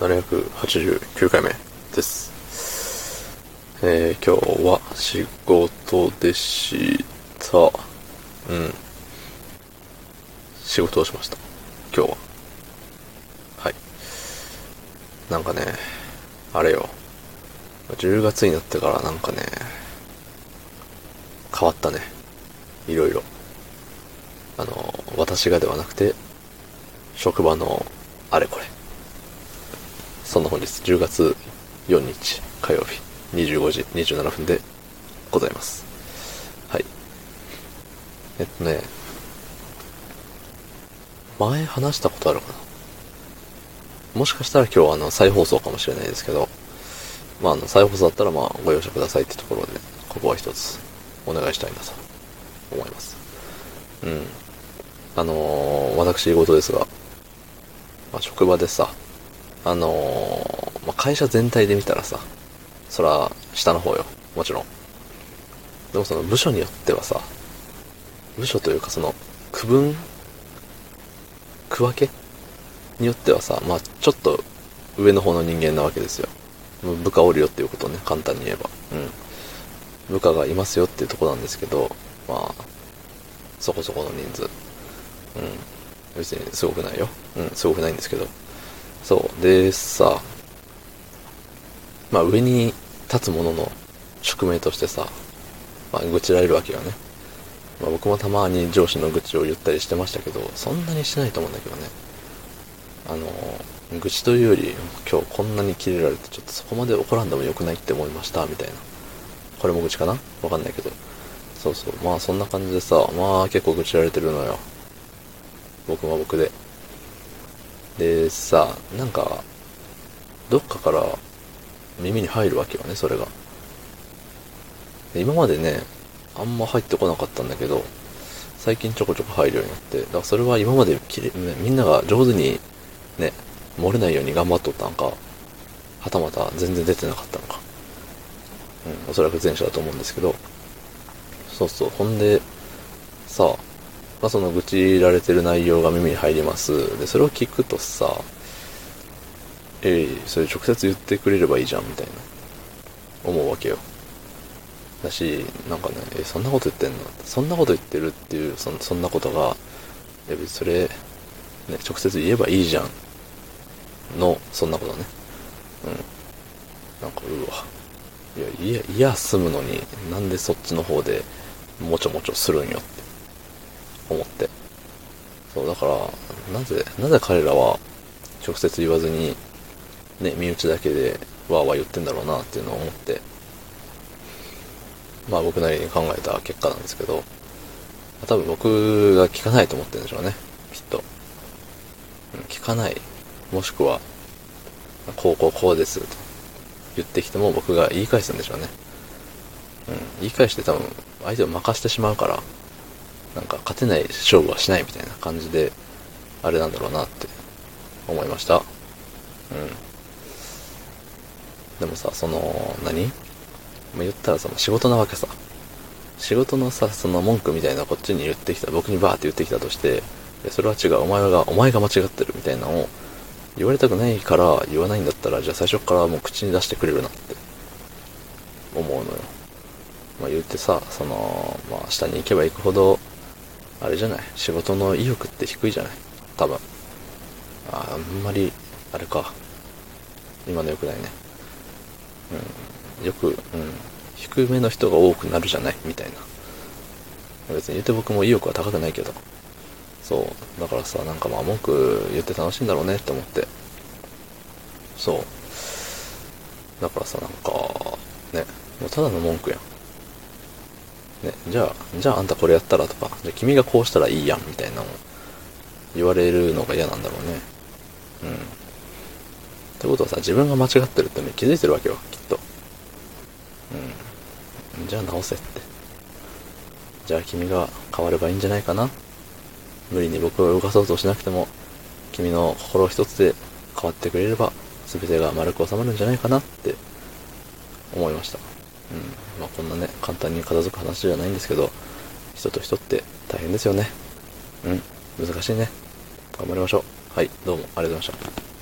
789回目です。今日は仕事でした。仕事をしました。今日は。はい。なんかね、あれよ。10月になってからなんかね、変わったね。いろいろ。私がではなくて、職場のあれこれ。そんな本日10月4日火曜日25時27分でございます。はい。前話したことあるかな。もしかしたら今日は再放送かもしれないですけど、再放送だったらご容赦くださいってところで、ここは一つお願いしたいなと思います。私事ですが、職場でさ、会社全体で見たらさ、そら下の方よ、もちろん。でもその部署によってはさ、部署というかその区分けによってはさ、ちょっと上の方の人間なわけですよ。部下おるよっていうことをね、簡単に言えば。部下がいますよっていうところなんですけど、そこそこの人数。別にすごくないよ。すごくないんですけど。そう。でさ、上に立つ者の宿命としてさ、愚痴られるわけよね。僕もたまに上司の愚痴を言ったりしてましたけど、そんなにしないと思うんだけどね。愚痴というより、今日こんなにキレられてちょっとそこまで怒らんでもよくないって思いました、みたいな。これも愚痴かなわかんないけど。そうそう。そんな感じでさ、結構愚痴られてるのよ。僕は僕で。でさ、なんか、どっかから耳に入るわけよね、それが。で今までね、あんま入ってこなかったんだけど、最近ちょこちょこ入るようになって、だからそれは今までみんなが上手にね、漏れないように頑張っとったんか、はたまた全然出てなかったのか。おそらく前者だと思うんですけど、そうそう、ほんで、さ、その愚痴られてる内容が耳に入ります。で、それを聞くとさ、それ直接言ってくれればいいじゃん、みたいな、思うわけよ。だし、なんかね、そんなこと言ってんのそんなこと言ってるっていう、そんなことが、別にそれ、ね、直接言えばいいじゃん。そんなことね。なんか、うわ。いや、済むのに、なんでそっちの方で、もちょもちょするんよって思って。そう、だから、なぜ彼らは、直接言わずに、ね、身内だけで、わーわー言ってんだろうなっていうのを思って、僕なりに考えた結果なんですけど、多分僕が聞かないと思ってるんでしょうね、きっと。聞かない。もしくは、こうですと言ってきても僕が言い返すんでしょうね。言い返して多分相手を任してしまうから、なんか勝てない勝負はしないみたいな感じで、あれなんだろうなって思いました。でもさ、言ったら仕事なわけさ。仕事のさ、その文句みたいなこっちに言ってきた、僕にバーって言ってきたとして、それは違う、お前が間違ってるみたいなのを言われたくないから言わないんだったら、じゃあ最初からもう口に出してくれるなって思うのよ。言ってさ、下に行けば行くほど、あれじゃない、仕事の意欲って低いじゃない多分。あんまり、あれか。今の良くないね。低めの人が多くなるじゃないみたいな。別に言って僕も意欲は高くないけど。そう。だからさ、なんか文句言って楽しいんだろうねって思って。そう。だからさ、なんか、ね、もうただの文句やん。ね、じゃああんたこれやったらとか、じゃあ君がこうしたらいいやんみたいなの言われるのが嫌なんだろうね。ってことはさ、自分が間違ってるってね、気づいてるわけよ、きっと。じゃあ直せって。じゃあ君が変わればいいんじゃないかな。無理に僕を動かそうとしなくても、君の心一つで変わってくれれば、全てが丸く収まるんじゃないかなって思いました。こんなね、簡単に片付く話じゃないんですけど、人と人って大変ですよね。難しいね。頑張りましょう。はい、どうもありがとうございました。